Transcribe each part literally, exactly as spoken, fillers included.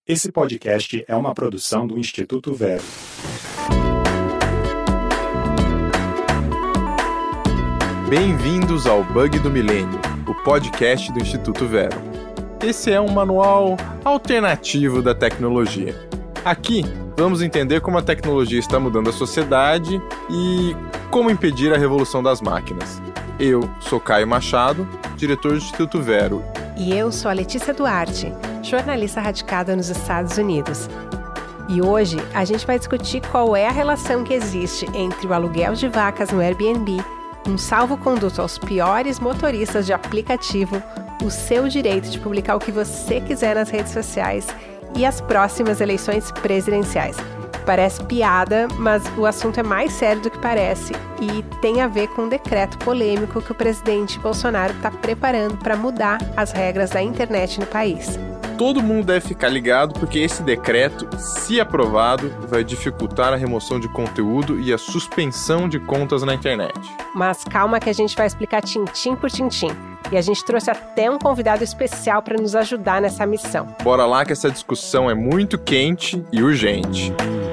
Esse podcast é uma produção do Instituto Vero. Bem-vindos ao Bug do Milênio, o podcast do Instituto Vero. Esse é um manual alternativo da tecnologia. Aqui, vamos entender como a tecnologia está mudando a sociedade e como impedir a revolução das máquinas. Eu sou Caio Machado, diretor do Instituto Vero. E eu sou a Letícia Duarte, jornalista radicada nos Estados Unidos. E hoje a gente vai discutir qual é a relação que existe entre o aluguel de vacas no Airbnb, um salvo-conduto aos piores motoristas de aplicativo, o seu direito de publicar o que você quiser nas redes sociais e as próximas eleições presidenciais. Parece piada, mas o assunto é mais sério do que parece e tem a ver com um decreto polêmico que o presidente Bolsonaro está preparando para mudar as regras da internet no país. Todo mundo deve ficar ligado porque esse decreto, se aprovado, vai dificultar a remoção de conteúdo e a suspensão de contas na internet. Mas calma que a gente vai explicar tintim por tintim. E a gente trouxe até um convidado especial para nos ajudar nessa missão. Bora lá que essa discussão é muito quente e urgente.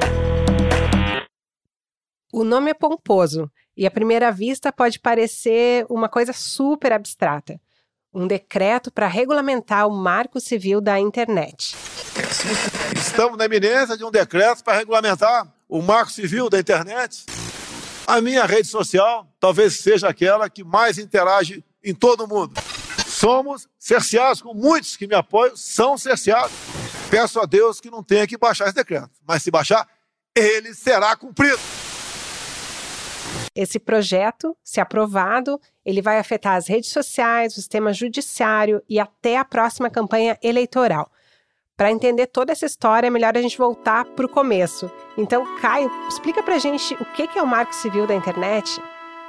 O nome é pomposo e à primeira vista pode parecer uma coisa super abstrata. Um decreto para regulamentar o Marco Civil da internet. Estamos na iminência de um decreto para regulamentar o Marco Civil da internet. A minha rede social talvez seja aquela que mais interage em todo o mundo. Somos cerceados, com muitos que me apoiam, são cerceados. Peço a Deus que não tenha que baixar esse decreto, mas se baixar, ele será cumprido. Esse projeto, se aprovado, ele vai afetar as redes sociais, o sistema judiciário e até a próxima campanha eleitoral. Para entender toda essa história, é melhor a gente voltar para o começo. Então, Caio, explica pra gente o que é o Marco Civil da internet?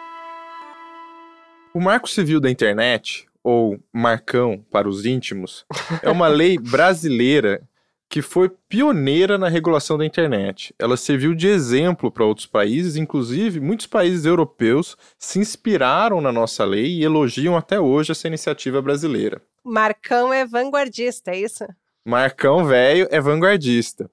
O Marco Civil da internet, ou Marcão para os íntimos, é uma lei brasileira que foi pioneira na regulação da internet. Ela serviu de exemplo para outros países, inclusive muitos países europeus se inspiraram na nossa lei e elogiam até hoje essa iniciativa brasileira. Marcão é vanguardista, é isso? Marcão velho é vanguardista.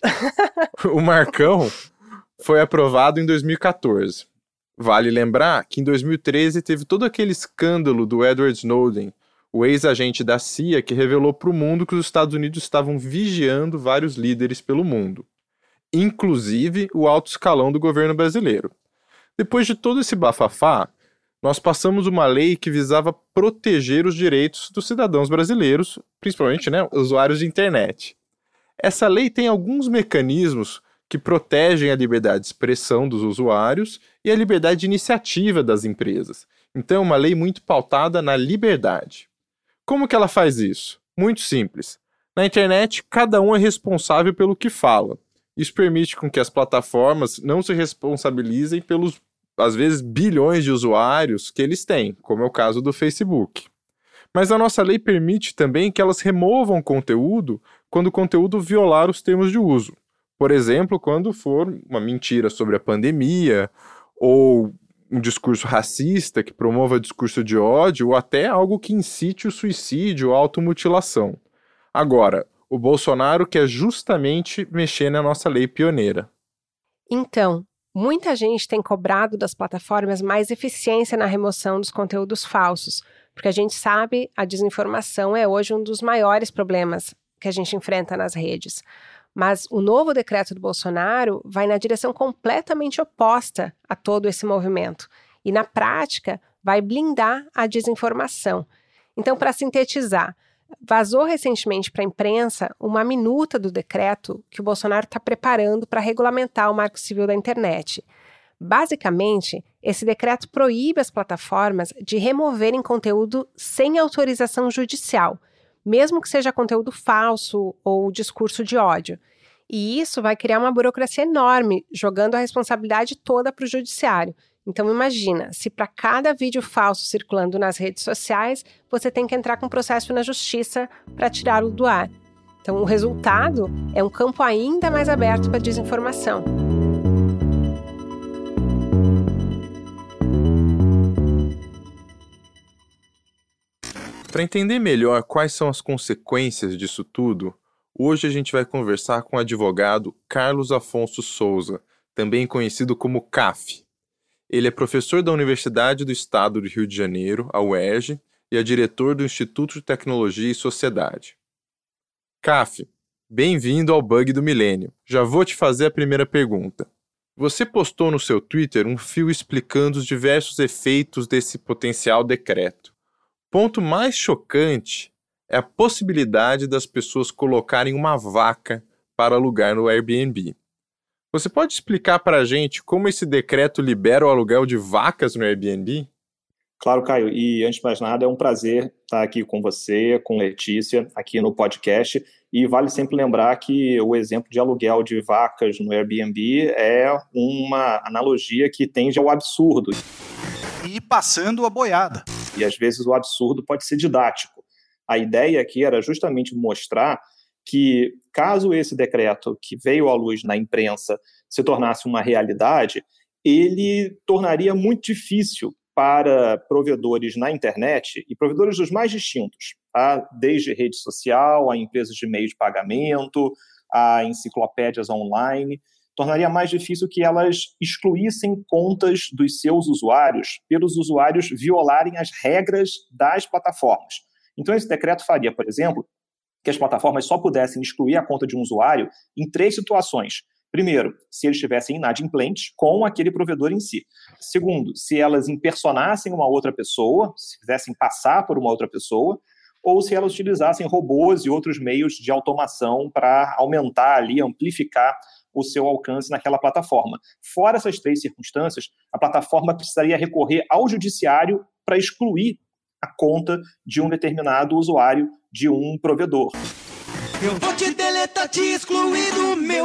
O Marcão foi aprovado em dois mil e catorze. Vale lembrar que em dois mil e treze teve todo aquele escândalo do Edward Snowden, o ex-agente da C I A que revelou para o mundo que os Estados Unidos estavam vigiando vários líderes pelo mundo, inclusive o alto escalão do governo brasileiro. Depois de todo esse bafafá, nós passamos uma lei que visava proteger os direitos dos cidadãos brasileiros, principalmente, né, usuários de internet. Essa lei tem alguns mecanismos que protegem a liberdade de expressão dos usuários e a liberdade de iniciativa das empresas. Então é uma lei muito pautada na liberdade. Como que ela faz isso? Muito simples. Na internet, cada um é responsável pelo que fala. Isso permite com que as plataformas não se responsabilizem pelos, às vezes, bilhões de usuários que eles têm, como é o caso do Facebook. Mas a nossa lei permite também que elas removam conteúdo quando o conteúdo violar os termos de uso. Por exemplo, quando for uma mentira sobre a pandemia, ou um discurso racista que promova discurso de ódio, ou até algo que incite o suicídio ou a automutilação. Agora, o Bolsonaro quer justamente mexer na nossa lei pioneira. Então, muita gente tem cobrado das plataformas mais eficiência na remoção dos conteúdos falsos, porque a gente sabe a desinformação é hoje um dos maiores problemas que a gente enfrenta nas redes. Mas o novo decreto do Bolsonaro vai na direção completamente oposta a todo esse movimento. E, na prática, vai blindar a desinformação. Então, para sintetizar, vazou recentemente para a imprensa uma minuta do decreto que o Bolsonaro está preparando para regulamentar o Marco Civil da internet. Basicamente, esse decreto proíbe as plataformas de removerem conteúdo sem autorização judicial, mesmo que seja conteúdo falso ou discurso de ódio. E isso vai criar uma burocracia enorme, jogando a responsabilidade toda para o judiciário. Então imagina, se para cada vídeo falso circulando nas redes sociais, você tem que entrar com processo na justiça para tirá-lo do ar. Então o resultado é um campo ainda mais aberto para desinformação. Para entender melhor quais são as consequências disso tudo, Hoje a gente vai conversar com o advogado Carlos Afonso Souza, também conhecido como C A F. Ele é professor da Universidade do Estado do Rio de Janeiro, a U E R J, e é diretor do Instituto de Tecnologia e Sociedade. C A F, bem-vindo ao Bug do Milênio. Já vou te fazer a primeira pergunta. Você postou no seu Twitter um fio explicando os diversos efeitos desse potencial decreto. O ponto mais chocante é a possibilidade das pessoas colocarem uma vaca para alugar no Airbnb. Você pode explicar para a gente como esse decreto libera o aluguel de vacas no Airbnb? Claro, Caio. E antes de mais nada, é um prazer estar aqui com você, com Letícia, aqui no podcast. E vale sempre lembrar que o exemplo de aluguel de vacas no Airbnb é uma analogia que tende ao absurdo. E passando a boiada. E às vezes o absurdo pode ser didático. A ideia aqui era justamente mostrar que, caso esse decreto que veio à luz na imprensa se tornasse uma realidade, ele tornaria muito difícil para provedores na internet, e provedores dos mais distintos, tá? Desde rede social, a empresas de meio de pagamento, a enciclopédias online, tornaria mais difícil que elas excluíssem contas dos seus usuários pelos usuários violarem as regras das plataformas. Então, esse decreto faria, por exemplo, que as plataformas só pudessem excluir a conta de um usuário em três situações. Primeiro, se eles estivessem inadimplentes com aquele provedor em si. Segundo, se elas impersonassem uma outra pessoa, se fizessem passar por uma outra pessoa, ou se elas utilizassem robôs e outros meios de automação para aumentar ali, amplificar o seu alcance naquela plataforma. Fora essas três circunstâncias, a plataforma precisaria recorrer ao judiciário para excluir a conta de um determinado usuário de um provedor. Eu vou te deletar, te excluir do meu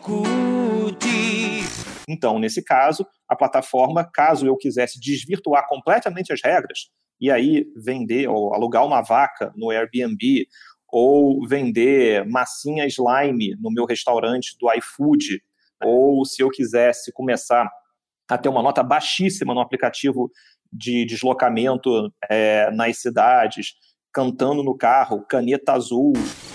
Orkut. Então, nesse caso, a plataforma, caso eu quisesse desvirtuar completamente as regras, e aí vender ou alugar uma vaca no Airbnb, ou vender massinha slime no meu restaurante do iFood, ou se eu quisesse começar a ter uma nota baixíssima no aplicativo de deslocamento é, nas cidades, cantando no carro, caneta azul.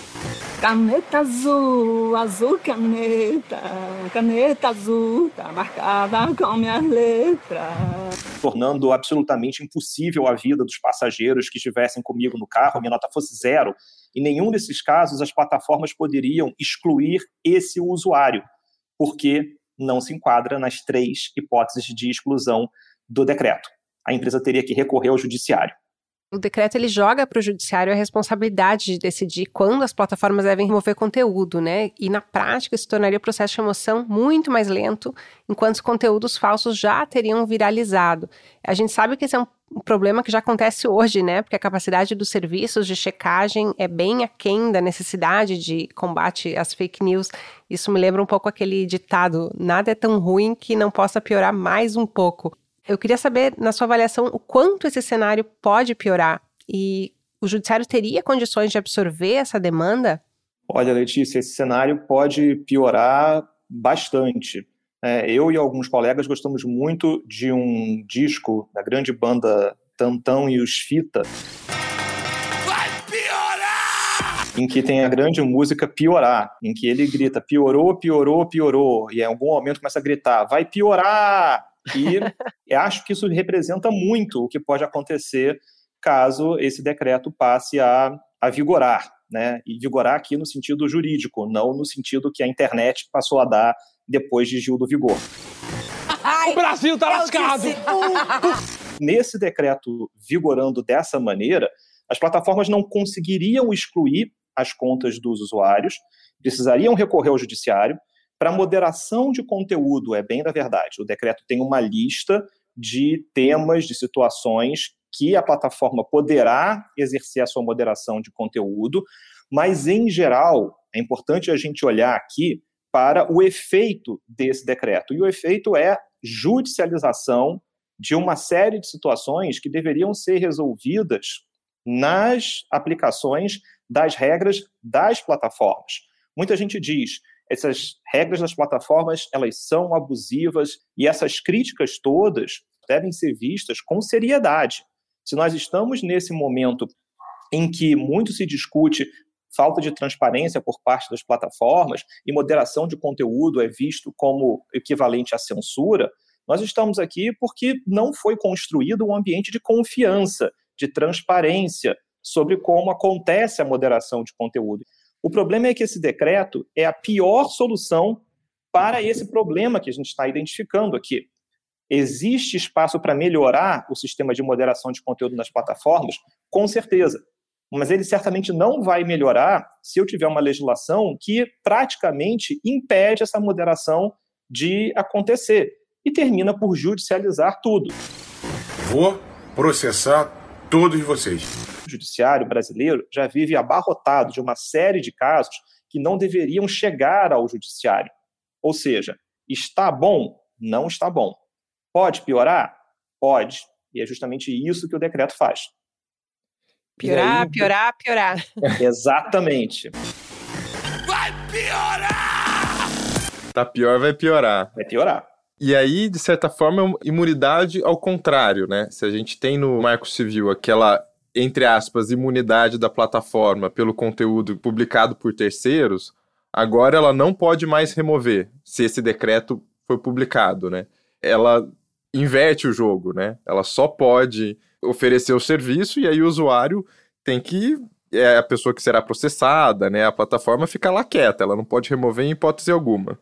Caneta azul, azul caneta, caneta azul, tá marcada com minhas letras. Tornando absolutamente impossível a vida dos passageiros que estivessem comigo no carro, a minha nota fosse zero. Em nenhum desses casos, as plataformas poderiam excluir esse usuário, porque não se enquadra nas três hipóteses de exclusão do decreto. A empresa teria que recorrer ao judiciário. O decreto ele joga para o judiciário a responsabilidade de decidir quando as plataformas devem remover conteúdo, né? E na prática isso tornaria o processo de remoção muito mais lento, enquanto os conteúdos falsos já teriam viralizado. A gente sabe que esse é um problema que já acontece hoje, né? Porque a capacidade dos serviços de checagem é bem aquém da necessidade de combate às fake news. Isso me lembra um pouco aquele ditado: nada é tão ruim que não possa piorar mais um pouco. Eu queria saber, na sua avaliação, o quanto esse cenário pode piorar e o judiciário teria condições de absorver essa demanda? Olha, Letícia, esse cenário pode piorar bastante. É, eu e alguns colegas gostamos muito de um disco da grande banda Tantão e os Fita, Vai piorar! em que tem a grande música Piorar, em que ele grita piorou, piorou, piorou, e em algum momento começa a gritar vai piorar! E acho que isso representa muito o que pode acontecer caso esse decreto passe a, a vigorar, né? E vigorar aqui no sentido jurídico, não no sentido que a internet passou a dar depois de Gil do Vigor. Ai, o Brasil tá lascado! Nesse decreto vigorando dessa maneira, as plataformas não conseguiriam excluir as contas dos usuários, precisariam recorrer ao judiciário. Para moderação de conteúdo, é bem da verdade, o decreto tem uma lista de temas, de situações que a plataforma poderá exercer a sua moderação de conteúdo, mas, em geral, é importante a gente olhar aqui para o efeito desse decreto. E o efeito é judicialização de uma série de situações que deveriam ser resolvidas nas aplicações das regras das plataformas. Muita gente diz: essas regras das plataformas, elas são abusivas e essas críticas todas devem ser vistas com seriedade. Se nós estamos nesse momento em que muito se discute falta de transparência por parte das plataformas e moderação de conteúdo é visto como equivalente à censura, nós estamos aqui porque não foi construído um ambiente de confiança, de transparência sobre como acontece a moderação de conteúdo. O problema é que esse decreto é a pior solução para esse problema que a gente está identificando aqui. Existe espaço para melhorar o sistema de moderação de conteúdo nas plataformas? Com certeza. Mas ele certamente não vai melhorar se eu tiver uma legislação que praticamente impede essa moderação de acontecer e termina por judicializar tudo. Vou processar todos vocês. O judiciário brasileiro já vive abarrotado de uma série de casos que não deveriam chegar ao judiciário. Ou seja, está bom? Não está bom. Pode piorar? Pode. E é justamente isso que o decreto faz. Piorar, aí... piorar, piorar. Exatamente. Vai piorar! Tá pior, vai piorar. Vai piorar. E aí, de certa forma, é uma imunidade ao contrário, né? Se a gente tem no Marco Civil aquela, entre aspas, imunidade da plataforma pelo conteúdo publicado por terceiros, agora ela não pode mais remover, se esse decreto for publicado, né? Ela inverte o jogo, né? Ela só pode oferecer o serviço e aí o usuário tem que... É a pessoa que será processada, né? A plataforma fica lá quieta, ela não pode remover em hipótese alguma.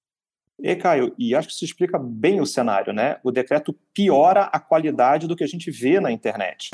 E, Caio, e acho que isso explica bem o cenário, né? O decreto piora a qualidade do que a gente vê na internet.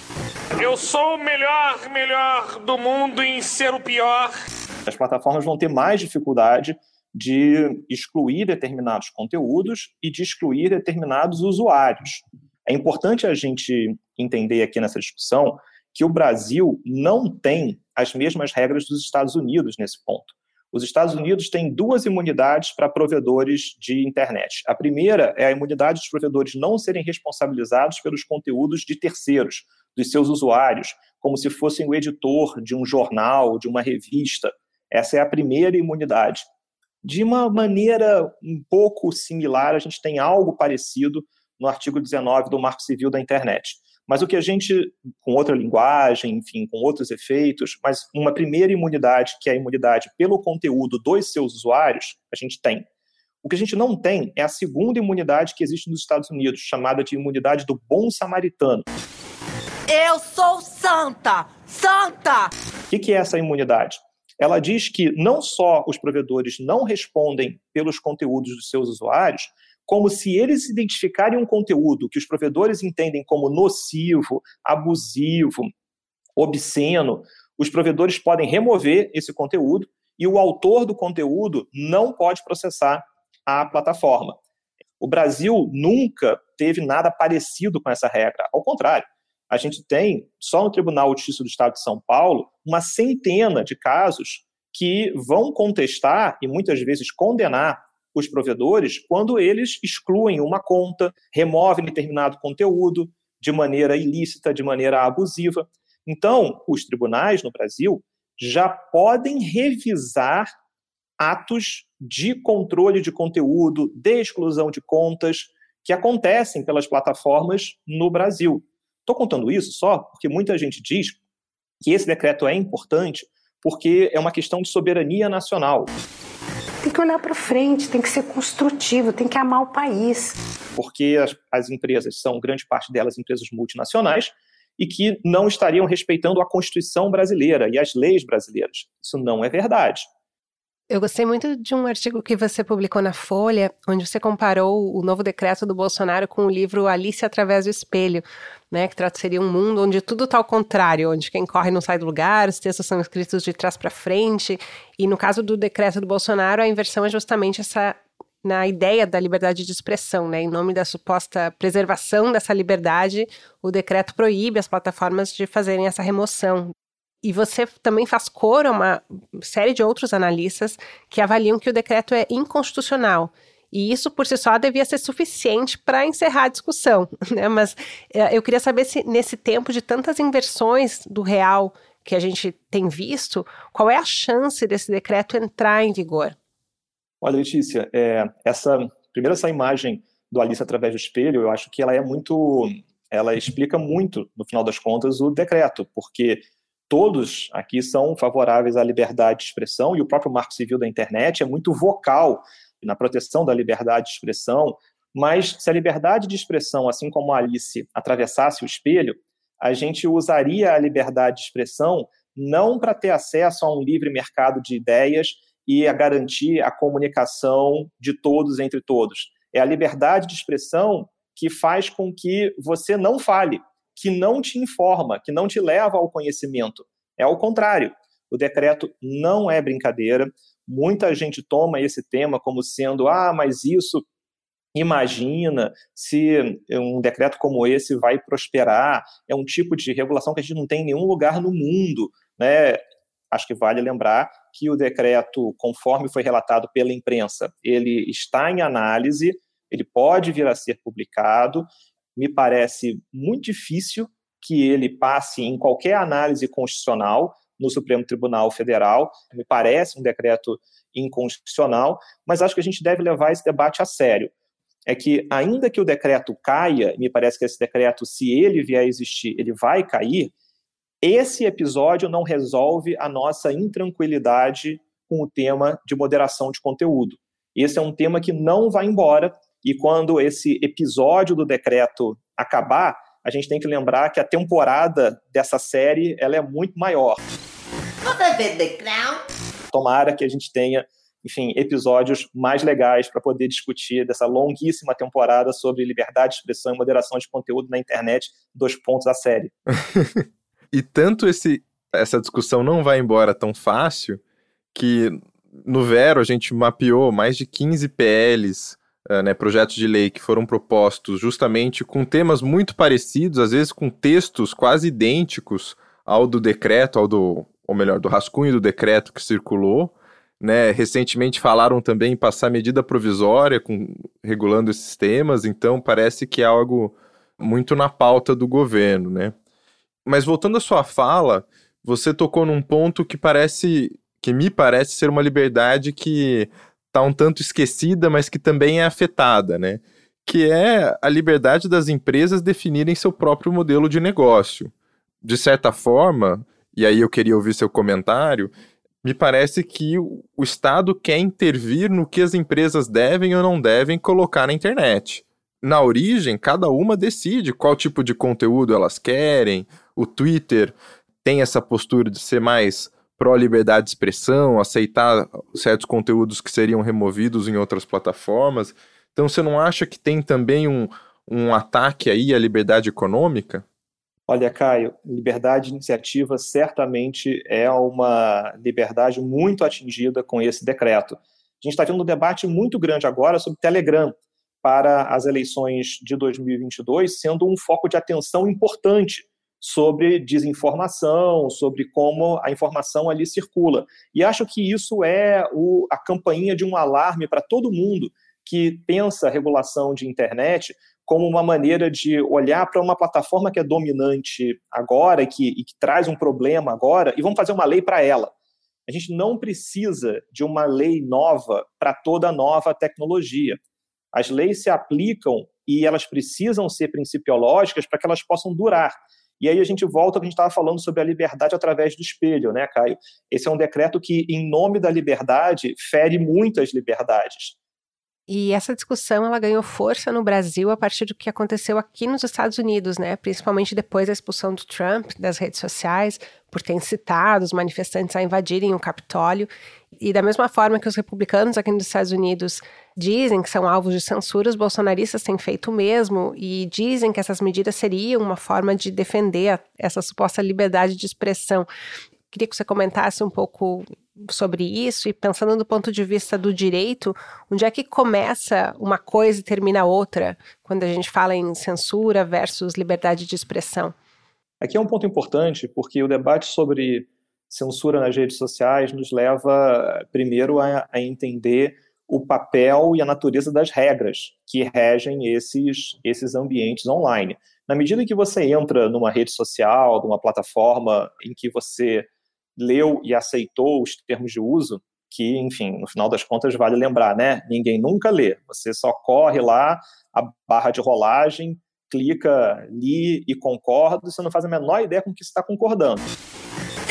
Eu sou o melhor, melhor do mundo em ser o pior. As plataformas vão ter mais dificuldade de excluir determinados conteúdos e de excluir determinados usuários. É importante a gente entender aqui nessa discussão que o Brasil não tem as mesmas regras dos Estados Unidos nesse ponto. Os Estados Unidos têm duas imunidades para provedores de internet. A primeira é a imunidade dos provedores não serem responsabilizados pelos conteúdos de terceiros, dos seus usuários, como se fossem o editor de um jornal, de uma revista. Essa é a primeira imunidade. De uma maneira um pouco similar, a gente tem algo parecido no artigo dezenove do Marco Civil da Internet. Mas o que a gente, com outra linguagem, enfim, com outros efeitos, mas uma primeira imunidade, que é a imunidade pelo conteúdo dos seus usuários, a gente tem. O que a gente não tem é a segunda imunidade que existe nos Estados Unidos, chamada de imunidade do bom samaritano. Eu sou santa! Santa! O que, que é essa imunidade? Ela diz que não só os provedores não respondem pelos conteúdos dos seus usuários, como se eles identificarem um conteúdo que os provedores entendem como nocivo, abusivo, obsceno, os provedores podem remover esse conteúdo e o autor do conteúdo não pode processar a plataforma. O Brasil nunca teve nada parecido com essa regra. Ao contrário, a gente tem, só no Tribunal de Justiça do Estado de São Paulo, uma centena de casos que vão contestar e muitas vezes condenar os provedores quando eles excluem uma conta, removem determinado conteúdo de maneira ilícita, de maneira abusiva. Então, os tribunais no Brasil já podem revisar atos de controle de conteúdo, de exclusão de contas, que acontecem pelas plataformas no Brasil. Estou contando isso só porque muita gente diz que esse decreto é importante porque é uma questão de soberania nacional. Tem que olhar para frente, tem que ser construtivo, tem que amar o país. Porque as, as empresas são, grande parte delas, empresas multinacionais e que não estariam respeitando a Constituição brasileira e as leis brasileiras. Isso não é verdade. Eu gostei muito de um artigo que você publicou na Folha, onde você comparou o novo decreto do Bolsonaro com o livro Alice através do Espelho, né, que trata seria um mundo onde tudo está ao contrário, onde quem corre não sai do lugar, os textos são escritos de trás para frente, e no caso do decreto do Bolsonaro, a inversão é justamente essa, na ideia da liberdade de expressão, né, em nome da suposta preservação dessa liberdade, o decreto proíbe as plataformas de fazerem essa remoção. E você também faz coro a uma série de outros analistas que avaliam que o decreto é inconstitucional. E isso, por si só, devia ser suficiente para encerrar a discussão, né? Mas eu queria saber se, nesse tempo de tantas inversões do real que a gente tem visto, qual é a chance desse decreto entrar em vigor? Olha, Letícia, é, essa, primeiro essa imagem do Alice através do espelho, eu acho que ela é muito... Ela explica muito, no final das contas, o decreto, porque todos aqui são favoráveis à liberdade de expressão, e o próprio Marco Civil da Internet é muito vocal na proteção da liberdade de expressão, mas se a liberdade de expressão, assim como a Alice, atravessasse o espelho, a gente usaria a liberdade de expressão não para ter acesso a um livre mercado de ideias e a garantir a comunicação de todos entre todos. É a liberdade de expressão que faz com que você não fale, que não te informa, que não te leva ao conhecimento. É ao contrário. O decreto não é brincadeira. Muita gente toma esse tema como sendo, ah, mas isso, imagina se um decreto como esse vai prosperar, é um tipo de regulação que a gente não tem em nenhum lugar no mundo, né? Acho que vale lembrar que o decreto, conforme foi relatado pela imprensa, ele está em análise, ele pode vir a ser publicado. Me parece muito difícil que ele passe em qualquer análise constitucional no Supremo Tribunal Federal. Me parece um decreto inconstitucional, mas acho que a gente deve levar esse debate a sério. É que, ainda que o decreto caia, me parece que esse decreto, se ele vier a existir, ele vai cair, esse episódio não resolve a nossa intranquilidade com o tema de moderação de conteúdo. Esse é um tema que não vai embora, e quando esse episódio do decreto acabar, a gente tem que lembrar que a temporada dessa série ela é muito maior. Tomara que a gente tenha, enfim, episódios mais legais para poder discutir dessa longuíssima temporada sobre liberdade de expressão e moderação de conteúdo na internet, dois pontos a série. E tanto esse, essa discussão não vai embora tão fácil, que no Vero a gente mapeou mais de quinze P Ls, uh, né, projetos de lei que foram propostos justamente com temas muito parecidos, às vezes com textos quase idênticos ao do decreto, ao do, ou melhor, do rascunho do decreto que circulou, né? Recentemente falaram também em passar medida provisória com, regulando esses temas, então parece que é algo muito na pauta do governo, né? Mas voltando à sua fala, você tocou num ponto que parece, que me parece ser uma liberdade que está um tanto esquecida, mas que também é afetada, né? Que é a liberdade das empresas definirem seu próprio modelo de negócio. De certa forma, e aí eu queria ouvir seu comentário, me parece que o Estado quer intervir no que as empresas devem ou não devem colocar na internet. Na origem, cada uma decide qual tipo de conteúdo elas querem. O Twitter tem essa postura de ser mais pró-liberdade de expressão, aceitar certos conteúdos que seriam removidos em outras plataformas. Então, você não acha que tem também um, um ataque aí à liberdade econômica? Olha, Caio, liberdade de iniciativa certamente é uma liberdade muito atingida com esse decreto. A gente está tendo um debate muito grande agora sobre Telegram para as eleições de dois mil e vinte e dois, sendo um foco de atenção importante sobre desinformação, sobre como a informação ali circula. E acho que isso é o, a campainha de um alarme para todo mundo que pensa a regulação de internet como uma maneira de olhar para uma plataforma que é dominante agora e que, e que traz um problema agora, e vamos fazer uma lei para ela. A gente não precisa de uma lei nova para toda nova tecnologia. As leis se aplicam e elas precisam ser principiológicas para que elas possam durar. E aí a gente volta ao que a gente estava falando sobre a liberdade através do espelho, né, Caio? Esse é um decreto que, em nome da liberdade, fere muitas liberdades. E essa discussão ela ganhou força no Brasil a partir do que aconteceu aqui nos Estados Unidos, né? Principalmente depois da expulsão do Trump das redes sociais, por ter incitado os manifestantes a invadirem o Capitólio. E da mesma forma que os republicanos aqui nos Estados Unidos dizem que são alvos de censura, os bolsonaristas têm feito o mesmo e dizem que essas medidas seriam uma forma de defender a, essa suposta liberdade de expressão. Queria que você comentasse um pouco sobre isso e pensando do ponto de vista do direito, onde é que começa uma coisa e termina outra, quando a gente fala em censura versus liberdade de expressão? Aqui é um ponto importante, porque o debate sobre censura nas redes sociais nos leva, primeiro, a, a entender o papel e a natureza das regras que regem esses, esses ambientes online. Na medida em que você entra numa rede social, numa plataforma em que você leu e aceitou os termos de uso, que, enfim, no final das contas vale lembrar, né? Ninguém nunca lê. Você só corre lá, a barra de rolagem, clica, li e concordo, você não faz a menor ideia com o que você está concordando.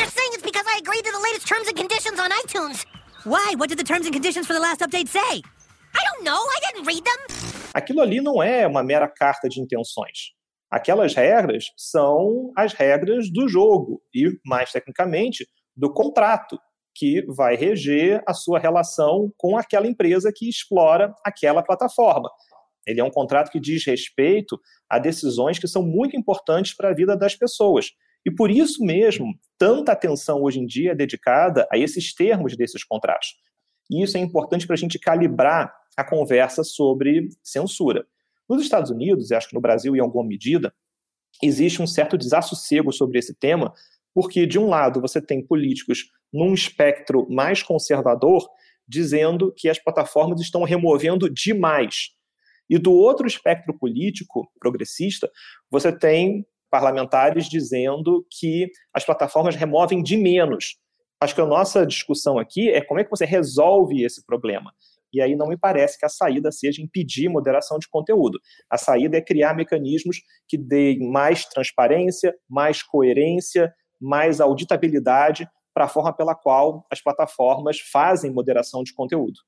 terms and conditions on iTunes. Why? What did the terms and conditions for the last update say? I don't know. I didn't read them. Aquilo ali não é uma mera carta de intenções. Aquelas regras são as regras do jogo e, mais tecnicamente, do contrato que vai reger a sua relação com aquela empresa que explora aquela plataforma. Ele é um contrato que diz respeito a decisões que são muito importantes para a vida das pessoas. E por isso mesmo, tanta atenção hoje em dia é dedicada a esses termos desses contratos. E isso é importante para a gente calibrar a conversa sobre censura. Nos Estados Unidos, e acho que no Brasil em alguma medida, existe um certo desassossego sobre esse tema, porque de um lado você tem políticos num espectro mais conservador dizendo que as plataformas estão removendo demais. E do outro espectro político progressista, você tem parlamentares dizendo que as plataformas removem de menos. Acho que a nossa discussão aqui é como é que você resolve esse problema. E aí não me parece que a saída seja impedir moderação de conteúdo. A saída é criar mecanismos que deem mais transparência, mais coerência, mais auditabilidade para a forma pela qual as plataformas fazem moderação de conteúdo.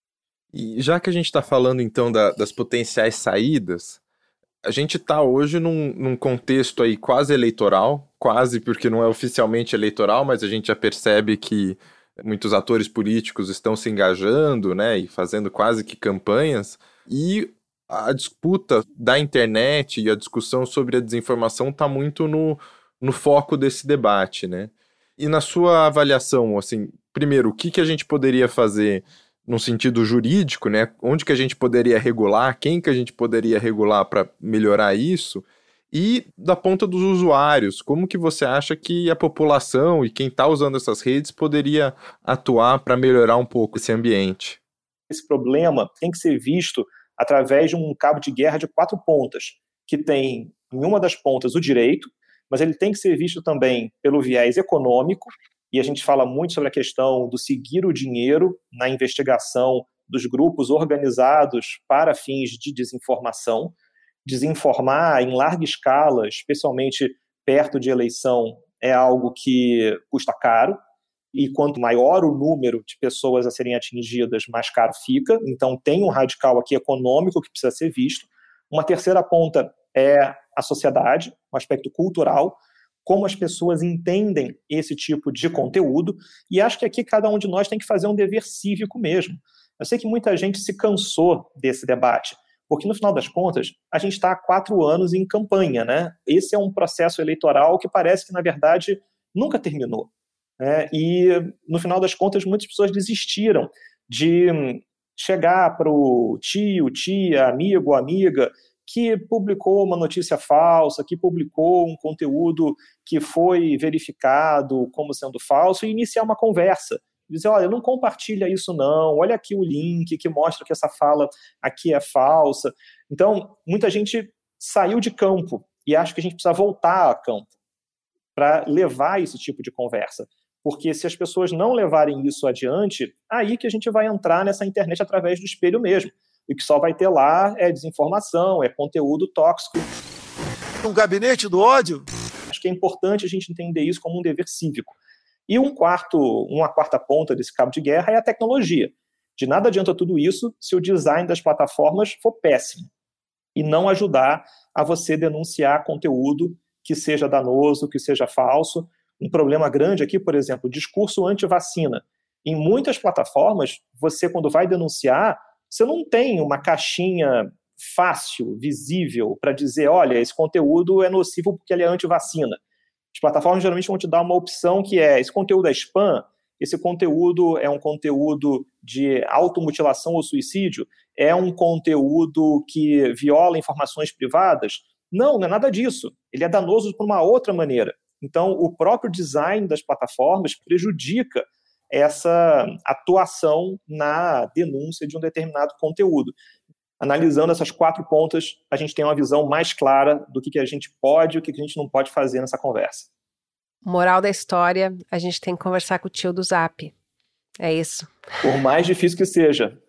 E já que a gente está falando, então, da, das potenciais saídas, a gente está hoje num, num contexto aí quase eleitoral, quase porque não é oficialmente eleitoral, mas a gente já percebe que muitos atores políticos estão se engajando, né, e fazendo quase que campanhas, e a disputa da internet e a discussão sobre a desinformação está muito no, no foco desse debate, né? E na sua avaliação, assim, primeiro, o que, que a gente poderia fazer no sentido jurídico, né? Onde que a gente poderia regular, quem que a gente poderia regular para melhorar isso? E da ponta dos usuários, como que você acha que a população e quem está usando essas redes poderia atuar para melhorar um pouco esse ambiente? Esse problema tem que ser visto através de um cabo de guerra de quatro pontas, que tem em uma das pontas o direito, mas ele tem que ser visto também pelo viés econômico, e a gente fala muito sobre a questão do seguir o dinheiro na investigação dos grupos organizados para fins de desinformação. Desinformar em larga escala, especialmente perto de eleição, é algo que custa caro, e quanto maior o número de pessoas a serem atingidas, mais caro fica. Então tem um radical aqui econômico que precisa ser visto. Uma terceira ponta é a sociedade, um aspecto cultural, como as pessoas entendem esse tipo de conteúdo, e acho que aqui cada um de nós tem que fazer um dever cívico mesmo. Eu sei que muita gente se cansou desse debate, porque no final das contas, a gente está há quatro anos em campanha, né? Esse é um processo eleitoral que parece que, na verdade, nunca terminou, né? E, no final das contas, muitas pessoas desistiram de chegar para o tio, tia, amigo, amiga, que publicou uma notícia falsa, que publicou um conteúdo que foi verificado como sendo falso, e iniciar uma conversa. Dizer, olha, não compartilha isso não, olha aqui o link que mostra que essa fala aqui é falsa. Então, muita gente saiu de campo, e acho que a gente precisa voltar a campo para levar esse tipo de conversa. Porque se as pessoas não levarem isso adiante, aí que a gente vai entrar nessa internet através do espelho mesmo. O que só vai ter lá é desinformação, é conteúdo tóxico. Um gabinete do ódio? Acho que é importante a gente entender isso como um dever cívico. E um quarto, uma quarta ponta desse cabo de guerra é a tecnologia. De nada adianta tudo isso se o design das plataformas for péssimo e não ajudar a você denunciar conteúdo que seja danoso, que seja falso. Um problema grande aqui, por exemplo, discurso anti-vacina. Em muitas plataformas, você, quando vai denunciar, você não tem uma caixinha fácil, visível, para dizer, olha, esse conteúdo é nocivo porque ele é anti-vacina. As plataformas geralmente vão te dar uma opção que é, esse conteúdo é spam, esse conteúdo é um conteúdo de automutilação ou suicídio, é um conteúdo que viola informações privadas. Não, não é nada disso. Ele é danoso por uma outra maneira. Então, o próprio design das plataformas prejudica essa atuação na denúncia de um determinado conteúdo. Analisando essas quatro pontas, a gente tem uma visão mais clara do que, que a gente pode e o que, que a gente não pode fazer nessa conversa. Moral da história, a gente tem que conversar com o tio do Zap. É isso. Por mais difícil que seja.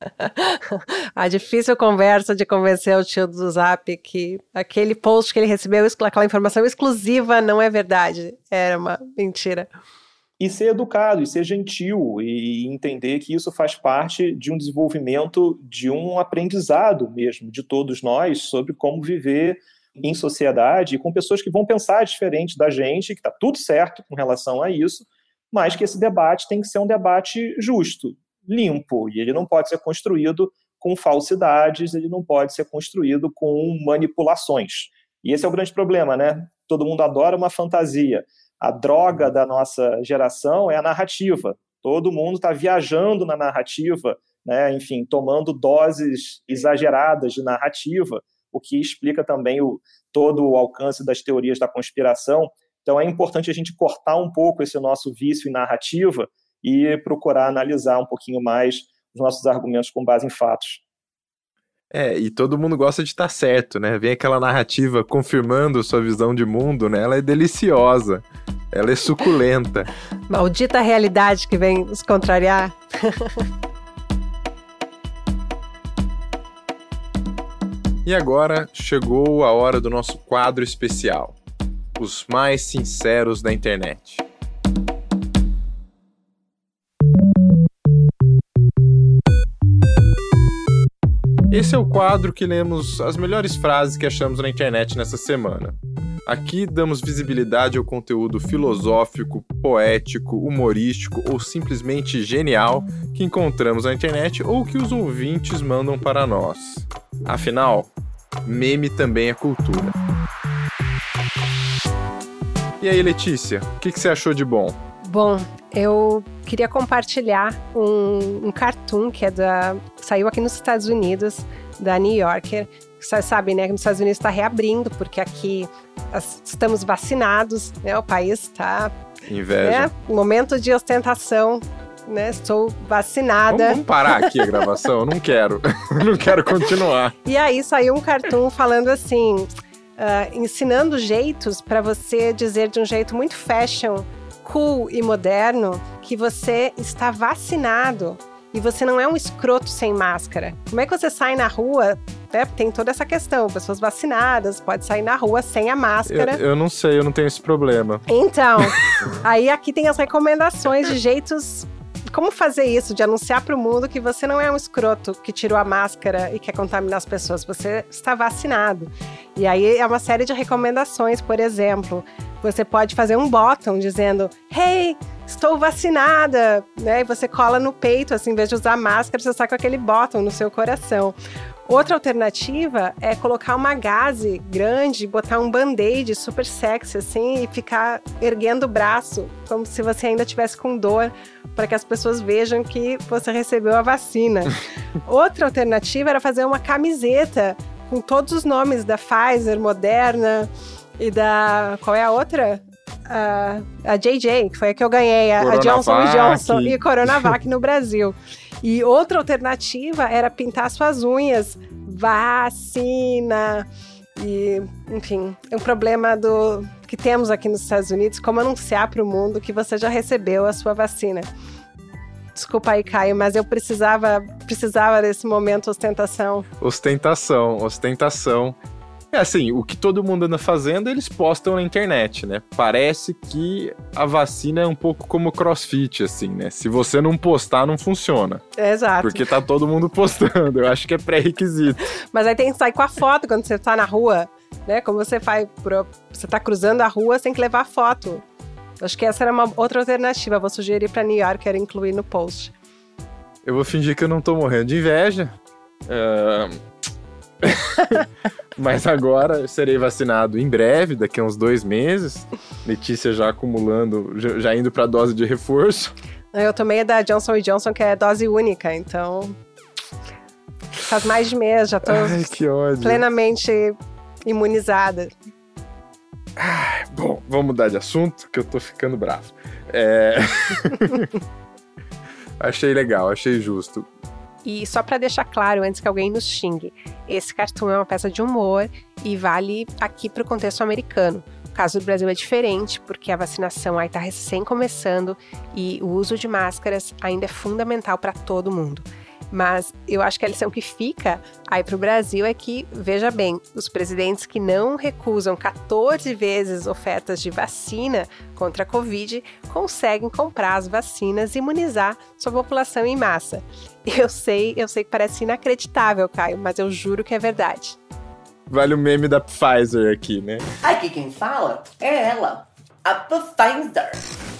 A difícil conversa de convencer o tio do Zap que aquele post que ele recebeu, aquela informação exclusiva, não é verdade. Era uma mentira. e ser educado, e ser gentil, e entender que isso faz parte de um desenvolvimento, de um aprendizado mesmo, de todos nós, sobre como viver em sociedade, e com pessoas que vão pensar diferente da gente, que está tudo certo com relação a isso, mas que esse debate tem que ser um debate justo, limpo, e ele não pode ser construído com falsidades, ele não pode ser construído com manipulações. E esse é o grande problema, né? Todo mundo adora uma fantasia. A droga da nossa geração é a narrativa. Todo mundo está viajando na narrativa, né? Enfim, tomando doses exageradas de narrativa, o que explica também o, todo o alcance das teorias da conspiração. Então é importante a gente cortar um pouco esse nosso vício em narrativa e procurar analisar um pouquinho mais os nossos argumentos com base em fatos. É, e todo mundo gosta de estar certo, né? Vem aquela narrativa confirmando sua visão de mundo, né? Ela é deliciosa, ela é suculenta. Maldita realidade que vem nos contrariar. E agora chegou a hora do nosso quadro especial, os mais sinceros da internet. Esse é o quadro que lemos as melhores frases que achamos na internet nessa semana. Aqui damos visibilidade ao conteúdo filosófico, poético, humorístico ou simplesmente genial que encontramos na internet ou que os ouvintes mandam para nós. Afinal, meme também é cultura. E aí, Letícia, o que, que você achou de bom? Bom, eu queria compartilhar um, um cartoon que é da, saiu aqui nos Estados Unidos, da New Yorker. Você sabe, né, que nos Estados Unidos está reabrindo, porque aqui as, estamos vacinados, né, o país está... Inveja. Né, momento de ostentação, né, estou vacinada. Vamos, vamos parar aqui a gravação, eu não quero, não quero continuar. E aí saiu um cartoon falando assim, uh, ensinando jeitos para você dizer de um jeito muito fashion, cool e moderno, que você está vacinado e você não é um escroto sem máscara. Como é que você sai na rua, né? Tem toda essa questão, pessoas vacinadas, pode sair na rua sem a máscara. Eu, eu não sei, eu não tenho esse problema. Então, aí aqui tem as recomendações de jeitos, como fazer isso, de anunciar para o mundo que você não é um escroto que tirou a máscara e quer contaminar as pessoas, você está vacinado. E aí é uma série de recomendações, por exemplo, você pode fazer um bottom dizendo, hey, estou vacinada, né? E você cola no peito, assim, em vez de usar máscara, você sai com aquele bottom no seu coração. Outra alternativa é colocar uma gaze grande, botar um band-aid super sexy, assim, e ficar erguendo o braço, como se você ainda estivesse com dor, para que as pessoas vejam que você recebeu a vacina. Outra alternativa era fazer uma camiseta com todos os nomes da Pfizer, Moderna e da... Qual é a outra? A, a J J, que foi a que eu ganhei, a, a Johnson e Johnson e Coronavac no Brasil. E outra alternativa era pintar suas unhas, vacina. E, enfim, é um problema do, que temos aqui nos Estados Unidos, como anunciar para o mundo que você já recebeu a sua vacina. Desculpa aí, Caio, mas eu precisava, precisava desse momento ostentação. Ostentação, ostentação. É assim, o que todo mundo anda fazendo, eles postam na internet, né? Parece que a vacina é um pouco como crossfit, assim, né? Se você não postar, não funciona. Exato. Porque tá todo mundo postando, eu acho que é pré-requisito. Mas aí tem que sair com a foto quando você tá na rua, né? Como você faz, pro... você tá cruzando a rua, você tem que levar foto. Acho que essa era uma outra alternativa, vou sugerir pra New York, quero incluir no post. Eu vou fingir que eu não tô morrendo de inveja. Uh... Mas agora eu serei vacinado em breve, daqui a uns dois meses. Letícia já acumulando, já, já indo pra dose de reforço. Eu tomei a da Johnson e Johnson, que é dose única, então faz mais de mês, já tô Ai, que ódio. Plenamente imunizada. Ai, bom, vamos mudar de assunto, que eu tô ficando bravo. É... Achei legal, achei justo. E só para deixar claro, antes que alguém nos xingue, esse cartoon é uma peça de humor e vale aqui para o contexto americano. O caso do Brasil é diferente, porque a vacinação aí está recém começando e o uso de máscaras ainda é fundamental para todo mundo. Mas eu acho que a lição que fica aí para o Brasil é que, veja bem, os presidentes que não recusam quatorze vezes ofertas de vacina contra a Covid conseguem comprar as vacinas e imunizar sua população em massa. Eu sei, eu sei que parece inacreditável, Caio, mas eu juro que é verdade. Vale o meme da Pfizer aqui, né? Aqui quem fala é ela, a Pfizer.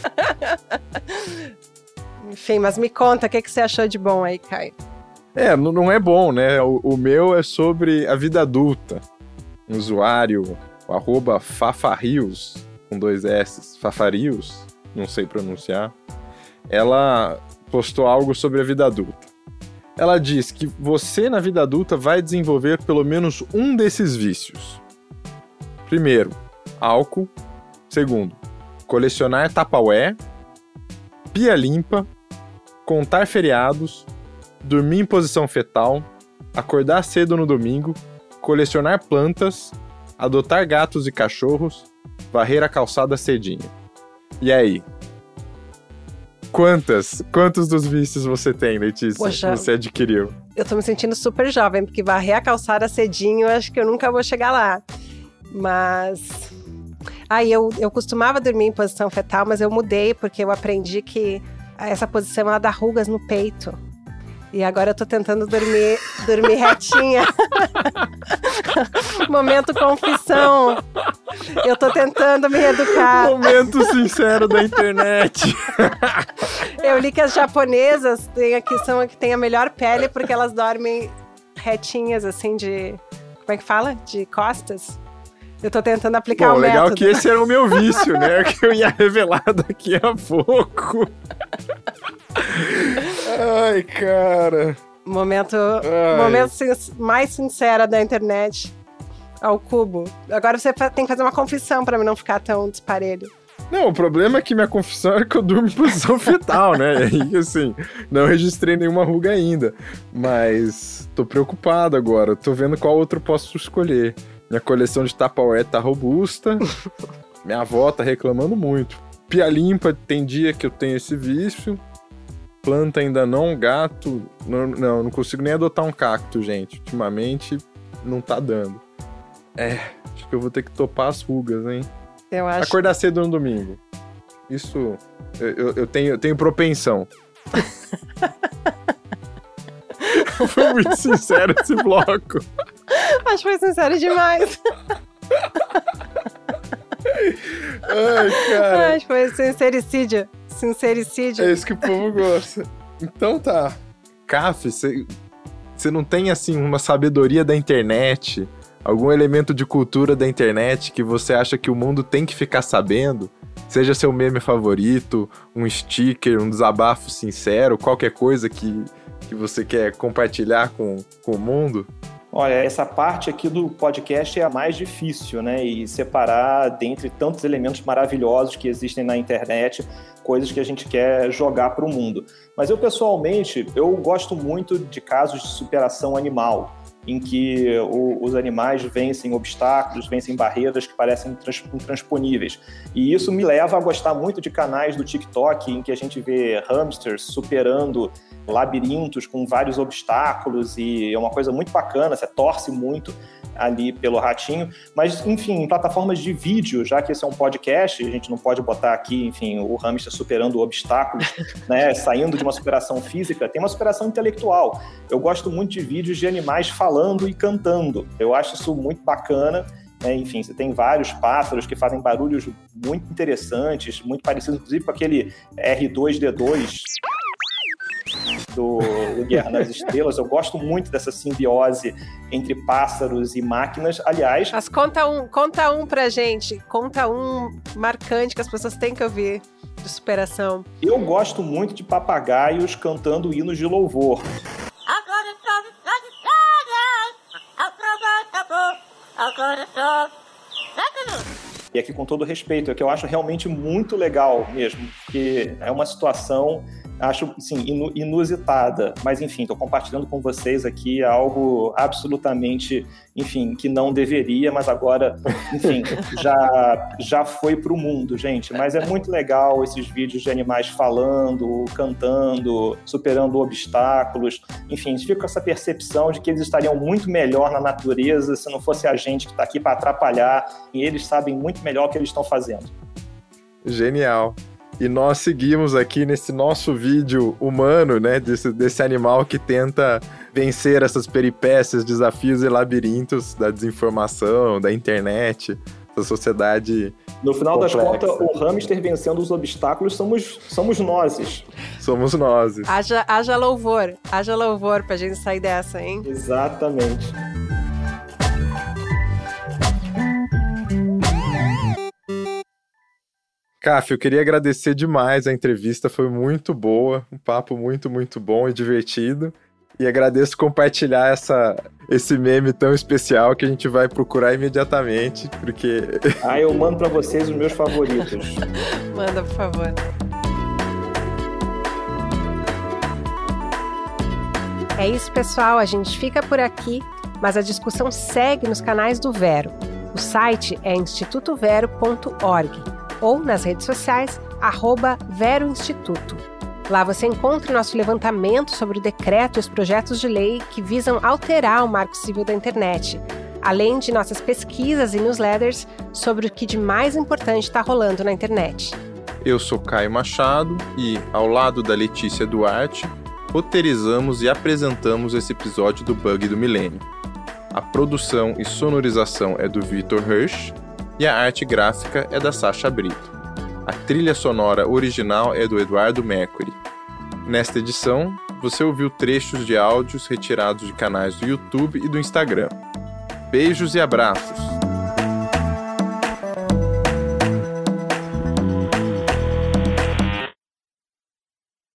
Enfim, mas me conta, o que, que você achou de bom aí, Caio? É, não, não é bom, né? O, o meu é sobre a vida adulta. Um usuário, o arroba Fafarios, com dois S, Fafarios, não sei pronunciar. Ela postou algo sobre a vida adulta. Ela diz que você, na vida adulta, vai desenvolver pelo menos um desses vícios. Primeiro, álcool. Segundo, colecionar Tupperware. Pia limpa, contar feriados, dormir em posição fetal, acordar cedo no domingo, colecionar plantas, adotar gatos e cachorros, varrer a calçada cedinho. E aí? Quantas? Quantos dos vícios você tem, Letícia? Poxa, você adquiriu? Eu tô me sentindo super jovem, porque varrer a calçada cedinho, eu acho que eu nunca vou chegar lá. Mas... Aí, ah, eu, eu costumava dormir em posição fetal, mas eu mudei porque eu aprendi que essa posição, ela dá rugas no peito. E agora eu tô tentando dormir, dormir retinha. Momento confissão. Eu tô tentando me reeducar. Momento sincero da internet. Eu li que as japonesas têm aqui, são a que tem a melhor pele porque elas dormem retinhas, assim, de... Como é que fala? De costas. Eu tô tentando aplicar Bom, o legal método. Que esse era o meu vício, né? Que eu ia revelar daqui a pouco. Ai, cara. Momento, Ai. momento sin- mais sincero da internet ao cubo. Agora você tem que fazer uma confissão pra mim não ficar tão desparelho. Não, o problema é que minha confissão era que eu durmo em posição fetal, né? E assim, não registrei nenhuma ruga ainda. Mas tô preocupado agora. Tô vendo qual outro posso escolher. Minha coleção de Tupperware tá robusta. Minha avó tá reclamando muito. Pia limpa, tem dia que eu tenho esse vício. Planta ainda não, gato... Não, não, não consigo nem adotar um cacto, gente. Ultimamente, não tá dando. É, acho que eu vou ter que topar as rugas, hein? Eu acho... Acordar cedo no domingo. Isso, eu, eu, eu, tenho, eu tenho propensão. Foi muito sincero esse bloco. Acho que foi sincero demais. Ai, cara. Acho que foi sincericídio. Sincericídio. É isso que o povo gosta. Então tá. Caf, você não tem, assim, uma sabedoria da internet, algum elemento de cultura da internet que você acha que o mundo tem que ficar sabendo? Seja seu meme favorito, um sticker, um desabafo sincero, qualquer coisa que, que você quer compartilhar com, com o mundo? Olha, essa parte aqui do podcast é a mais difícil, né? E separar dentre tantos elementos maravilhosos que existem na internet, coisas que a gente quer jogar para o mundo. Mas eu, pessoalmente, eu gosto muito de casos de superação animal, em que o, os animais vencem obstáculos, vencem barreiras que parecem trans, intransponíveis. E isso me leva a gostar muito de canais do TikTok, em que a gente vê hamsters superando labirintos com vários obstáculos, e é uma coisa muito bacana, você torce muito ali pelo ratinho, mas, enfim, em plataformas de vídeo, já que esse é um podcast, a gente não pode botar aqui, enfim, o hamster superando obstáculos, né, saindo de uma superação física, tem uma superação intelectual. Eu gosto muito de vídeos de animais falando e cantando, eu acho isso muito bacana. É, enfim, você tem vários pássaros que fazem barulhos muito interessantes, muito parecidos, inclusive, com aquele R dois D dois do, do Guerra nas Estrelas. Eu gosto muito dessa simbiose entre pássaros e máquinas. Aliás... Mas conta um, conta um pra gente. Conta um marcante que as pessoas têm que ouvir de superação. Eu gosto muito de papagaios cantando hinos de louvor. E aqui, com todo respeito, é que eu acho realmente muito legal mesmo, porque é uma situação acho, assim, inu- inusitada. Mas, enfim, estou compartilhando com vocês aqui algo absolutamente, enfim, que não deveria, mas agora, enfim, já, já foi para o mundo, gente. Mas é muito legal esses vídeos de animais falando, cantando, superando obstáculos. Enfim, a gente fica com essa percepção de que eles estariam muito melhor na natureza se não fosse a gente que está aqui para atrapalhar, e eles sabem muito melhor o que eles estão fazendo. Genial. E nós seguimos aqui nesse nosso vídeo humano, né, desse, desse animal que tenta vencer essas peripécias, desafios e labirintos da desinformação, da internet, da sociedade No final complexa. das contas, o hamster vencendo os obstáculos somos, somos nós. Somos nós. Haja, haja louvor, haja louvor pra gente sair dessa, hein? Exatamente. Caf, eu queria agradecer demais a entrevista, foi muito boa, um papo muito, muito bom e divertido. E agradeço compartilhar essa, esse meme tão especial que a gente vai procurar imediatamente, porque... Ah, eu mando pra vocês os meus favoritos. Manda, por favor. É isso, pessoal, a gente fica por aqui, mas a discussão segue nos canais do Vero. O site é instituto vero ponto org. ou nas redes sociais, arroba Vero Instituto. Lá você encontra o nosso levantamento sobre o decreto e os projetos de lei que visam alterar o Marco Civil da Internet, além de nossas pesquisas e newsletters sobre o que de mais importante está rolando na internet. Eu sou Caio Machado e, ao lado da Letícia Duarte, roteirizamos e apresentamos esse episódio do Bug do Milênio. A produção e sonorização é do Vitor Hirsch, e a arte gráfica é da Sasha Brito. A trilha sonora original é do Eduardo Mercury. Nesta edição, você ouviu trechos de áudios retirados de canais do YouTube e do Instagram. Beijos e abraços!